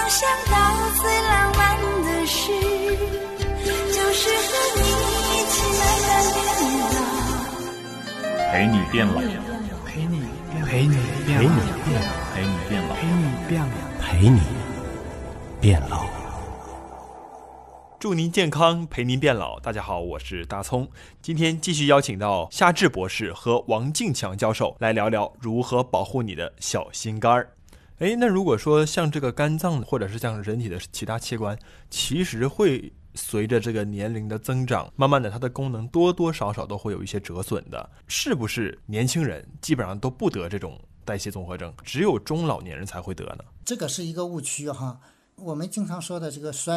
想到最浪漫的事，就是和你一起慢慢变老。 陪你变老， 陪你变老。 祝您健康，陪您变老。大家好，我是大葱。今天继续邀请到夏至博士和王敬强教授来聊聊如何保护你的小心肝儿。那如果说像这个肝脏或者是像人体的其他器官，其实会随着这个年龄的增长，慢慢的它的功能多多少少都会有一些折损的。是不是年轻人基本上都不得这种代谢综合症，只有中老年人才会得呢？ 这个是一个误区哈。我们经常说的这个衰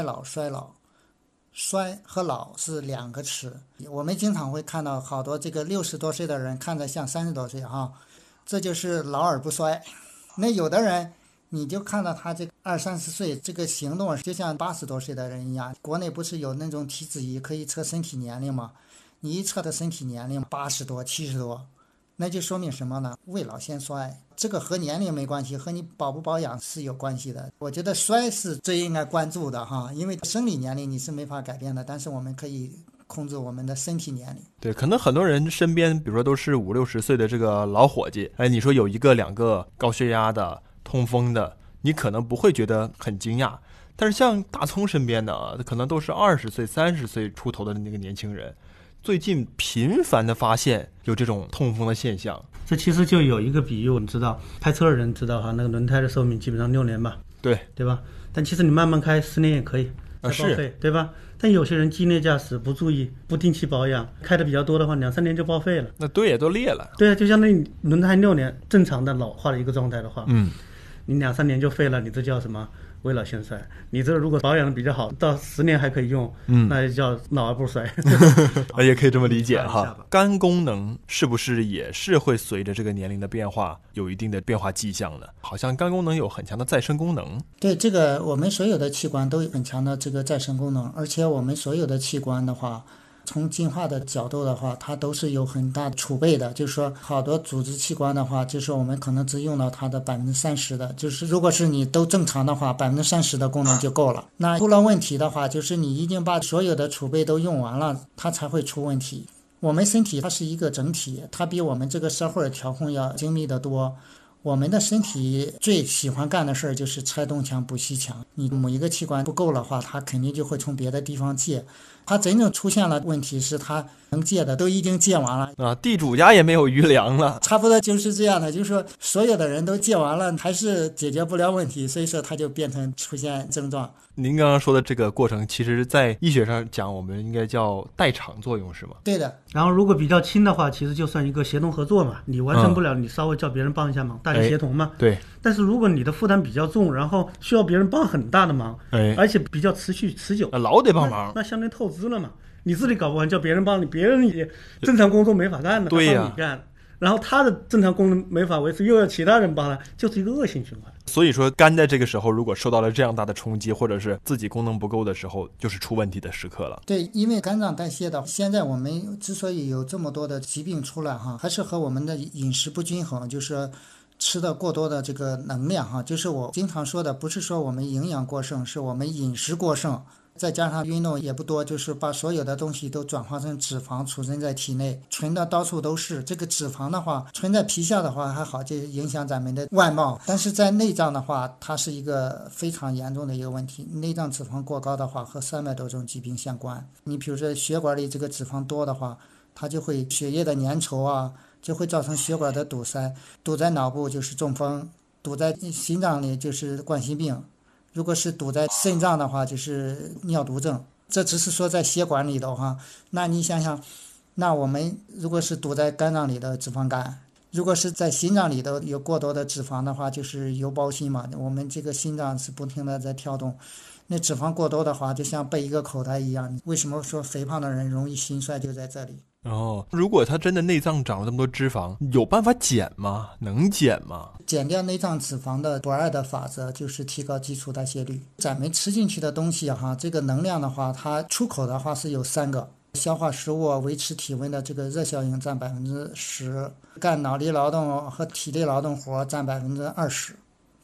和老是两个词。我们经常会看到好多这个60多岁的人看着像30多岁哈，这就是老而不衰。那有的人你就看到他这个20-30岁，这个行动就像80多岁的人一样。国内不是有那种体脂仪可以测身体年龄吗？你一测的身体年龄80多70多，那就说明什么呢？未老先衰。这个和年龄没关系，和你保不保养是有关系的。我觉得衰是最应该关注的哈，因为生理年龄你是没法改变的，但是我们可以控制我们的身体年龄。 对，可能很多人身边比如说都是50-60岁的这个老伙计，你说有1个2个高血压的痛风的，你可能不会觉得很惊讶。但是像大葱身边的可能都是20岁30岁出头的那个年轻人，最近频繁的发现有这种痛风的现象。 这其实就有一个比喻，我们知道开车的人知道哈，那个轮胎的寿命基本上6年吧，对吧？但其实你慢慢开10年也可以再报废，对吧？但有些人激烈驾驶不注意，不定期保养，开的比较多的话2-3年就报废了。 那对也都裂了。 对啊，就相当于轮胎6年正常的老化的一个状态的话，你2-3年就废了，你这叫什么？未老先衰。你这如果保养的比较好，到10年还可以用，那就叫老而不衰。 也可以这么理解哈。肝功能是不是也是会随着这个年龄的变化有一定的变化迹象呢？好像肝功能有很强的再生功能。 对，这个我们所有的器官都有很强的这个再生功能，而且我们所有的器官的话，从进化的角度的话，它都是有很大的储备的。就是说好多组织器官的话，就是我们可能只用到它的30%的，就是如果是你都正常的话，30%的功能就够了。那出了问题的话，就是你已经把所有的储备都用完了，它才会出问题。我们身体它是一个整体，它比我们这个社会调控要精密得多。我们的身体最喜欢干的事儿就是拆东墙补西墙。你某一个器官不够的话，它肯定就会从别的地方借。它真正出现了问题是它能借的都已经借完了啊，地主家也没有余粮了。 差不多就是这样的，就是说所有的人都借完了，还是解决不了问题，所以说它就变成出现症状。 您刚刚说的这个过程，其实在医学上讲，我们应该叫代偿作用，是吗？ 对的。 然后如果比较轻的话，其实就算一个协同合作嘛，你完成不了，你稍微叫别人帮一下忙，大家协同嘛。 对。 但是如果你的负担比较重，然后需要别人帮很大的忙，而且比较持续持久， 老得帮忙， 那相当于透支了嘛。你自己搞不完，叫别人帮你，别人也正常工作没法干了， 对呀， 你干，然后他的正常功能没法维持，又要其他人帮他，就是一个恶性循环。 所以说肝在这个时候如果受到了这样大的冲击，或者是自己功能不够的时候，就是出问题的时刻了。 对，因为肝脏代谢的，现在我们之所以有这么多的疾病出来哈，还是和我们的饮食不均衡，就是吃的过多的这个能量哈，就是我经常说的，不是说我们营养过剩，是我们饮食过剩，再加上运动也不多，就是把所有的东西都转化成脂肪储存在体内，存的到处都是。这个脂肪的话，存在皮下的话还好，就影响咱们的外貌，但是在内脏的话，它是一个非常严重的一个问题。内脏脂肪过高的话，和300多种疾病相关。你比如说血管里这个脂肪多的话，它就会血液的粘稠啊，就会造成血管的堵塞，堵在脑部就是中风，堵在心脏里就是冠心病，如果是堵在肾脏的话就是尿毒症。这只是说在血管里的话，那你想想，那我们如果是堵在肝脏里的脂肪肝，如果是在心脏里头有过多的脂肪的话，就是油包心嘛，我们这个心脏是不停的在跳动，那脂肪过多的话就像背一个口袋一样。为什么说肥胖的人容易心衰，就在这里。 如果他真的内脏长了这么多脂肪，有办法减吗？能减吗？ 减掉内脏脂肪的不二的法则就是提高基础代谢率。咱们吃进去的东西哈，这个能量的话，它出口的话是有3个：消化食物、维持体温的这个热效应占10%，干脑力劳动和体力劳动活占20%。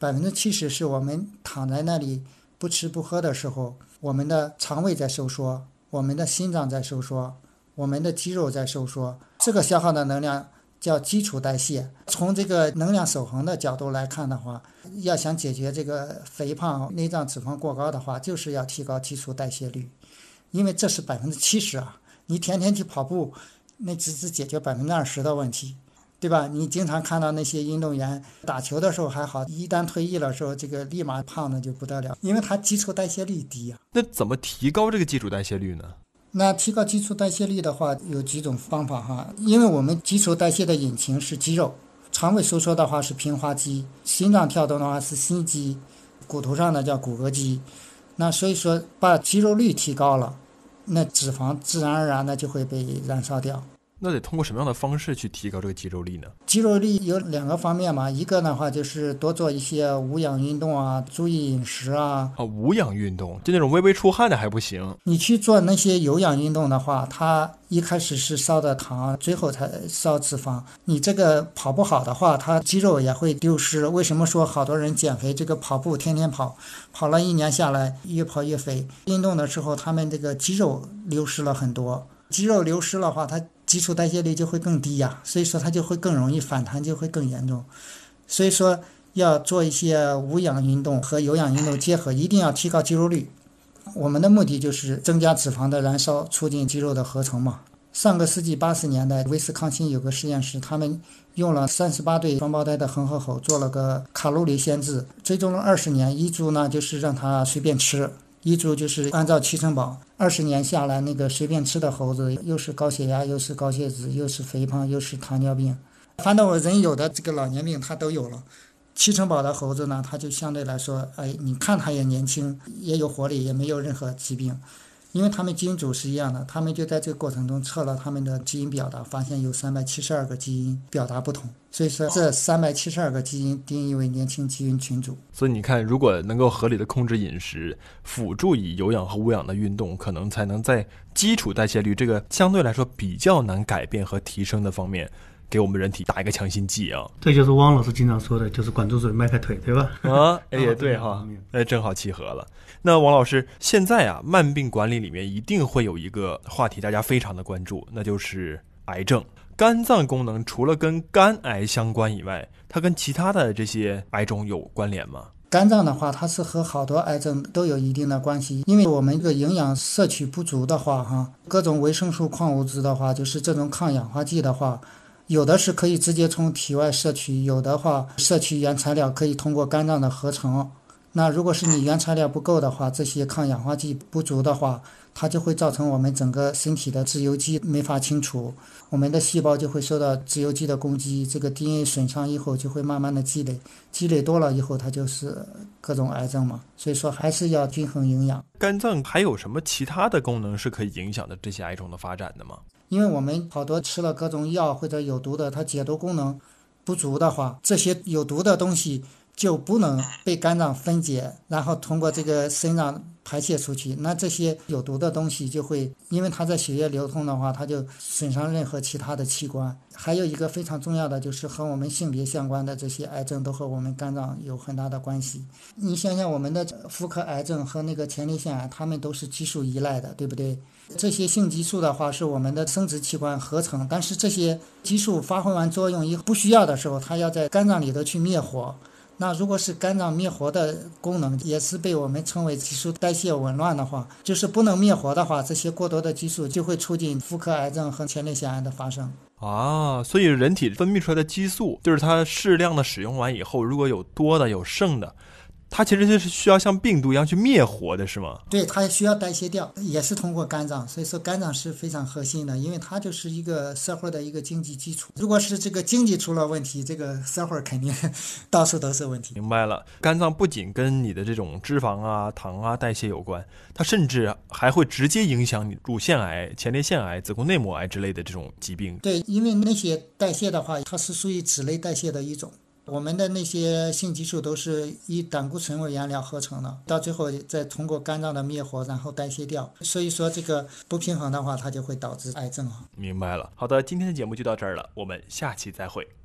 70%是我们躺在那里不吃不喝的时候，我们的肠胃在收缩，我们的心脏在收缩，我们的肌肉在收缩，这个消耗的能量叫基础代谢。从这个能量守恒的角度来看的话，要想解决这个肥胖、内脏脂肪过高的话，就是要提高基础代谢率，因为这是70%啊。你天天去跑步，那只解决20%的问题，对吧？你经常看到那些运动员打球的时候还好，一旦退役的时候，这个立马胖的就不得了，因为他基础代谢率低啊。 那怎么提高这个基础代谢率呢？ 那提高基础代谢率的话，有几种方法哈。因为我们基础代谢的引擎是肌肉，肠胃收缩的话是平滑肌，心脏跳动的话是心肌，骨头上的叫骨骼肌。那所以说把肌肉率提高了，那脂肪自然而然的就会被燃烧掉。 那得通过什么样的方式去提高这个肌肉力呢？ 肌肉力有2个方面嘛，一个的话就是多做一些无氧运动啊，注意饮食啊。 无氧运动就那种微微出汗的还不行。 你去做那些有氧运动的话，它一开始是烧的糖，最后才烧脂肪。你这个跑不好的话，它肌肉也会丢失。为什么说好多人减肥，这个跑步天天跑了1年下来越跑越肥？运动的时候他们这个肌肉流失了很多，肌肉流失的话，它基础代谢率就会更低呀，所以说它就会更容易反弹，就会更严重。所以说要做一些无氧运动和有氧运动结合，一定要提高肌肉率。我们的目的就是增加脂肪的燃烧，促进肌肉的合成嘛。上个世纪80年代，威斯康星有个实验室，他们用了38对双胞胎的恒河猴做了个卡路里限制，追踪了20年。一组呢就是让他随便吃，一组就是按照7成饱。20年下来，那个随便吃的猴子又是高血压，又是高血脂，又是肥胖，又是糖尿病，反正我人有的这个老年病他都有了。7成饱的猴子呢，他就相对来说，你看他也年轻，也有活力，也没有任何疾病，因为他们基因组是一样的。他们就在这个过程中测了他们的基因表达，发现有372个基因表达不同，所以说这372个基因定义为年轻基因群组。 所以你看，如果能够合理的控制饮食，辅助以有氧和无氧的运动，可能才能在基础代谢率这个相对来说比较难改变和提升的方面，给我们人体打一个强心剂啊！ 这就是汪老师经常说的，就是管住嘴，迈开腿，对吧？ 也对哈，正好契合了。那王老师，现在啊，慢病管理里面一定会有一个话题，大家非常的关注，那就是癌症。肝脏功能除了跟肝癌相关以外，它跟其他的这些癌种有关联吗？ 肝脏的话，它是和好多癌症都有一定的关系，因为我们这个营养摄取不足的话，各种维生素、矿物质的话，就是这种抗氧化剂的话，有的是可以直接从体外摄取，有的话摄取原材料可以通过肝脏的合成。那如果是你原材料不够的话，这些抗氧化剂不足的话，它就会造成我们整个身体的自由基没法清除，我们的细胞就会受到自由基的攻击，这个 DNA 损伤以后就会慢慢的积累多了以后，它就是各种癌症嘛。所以说还是要均衡营养。 肝脏还有什么其他的功能是可以影响的这些癌种的发展的吗？ 因为我们好多吃了各种药或者有毒的，它解毒功能不足的话，这些有毒的东西就不能被肝脏分解，然后通过这个肾脏排泄出去。那这些有毒的东西就会，因为它在血液流通的话，它就损伤任何其他的器官。还有一个非常重要的就是和我们性别相关的这些癌症都和我们肝脏有很大的关系。你想想我们的妇科癌症和那个前列腺癌，它们都是激素依赖的，对不对？这些性激素的话是我们的生殖器官合成，但是这些激素发挥完作用以后不需要的时候，它要在肝脏里头去灭活。那如果是肝脏灭活的功能也是被我们称为激素代谢紊乱的话，就是不能灭活的话，这些过多的激素就会促进妇科癌症和前列腺癌的发生。 所以人体分泌出来的激素，就是它适量的使用完以后，如果有多的有剩的，它其实就是需要像病毒一样去灭活的，是吗？ 对，它需要代谢掉，也是通过肝脏。所以说肝脏是非常核心的，因为它就是一个社会的一个经济基础。如果是这个经济出了问题，这个社会肯定到处都是问题。 明白了，肝脏不仅跟你的这种脂肪啊、糖啊代谢有关，它甚至还会直接影响你乳腺癌、前列腺癌、子宫内膜癌之类的这种疾病。 对，因为那些代谢的话，它是属于脂类代谢的一种。我们的那些性激素都是以胆固醇为原料合成的，到最后再通过肝脏的灭活，然后代谢掉。所以说这个不平衡的话，它就会导致癌症。 明白了。好的，今天的节目就到这儿了，我们下期再会。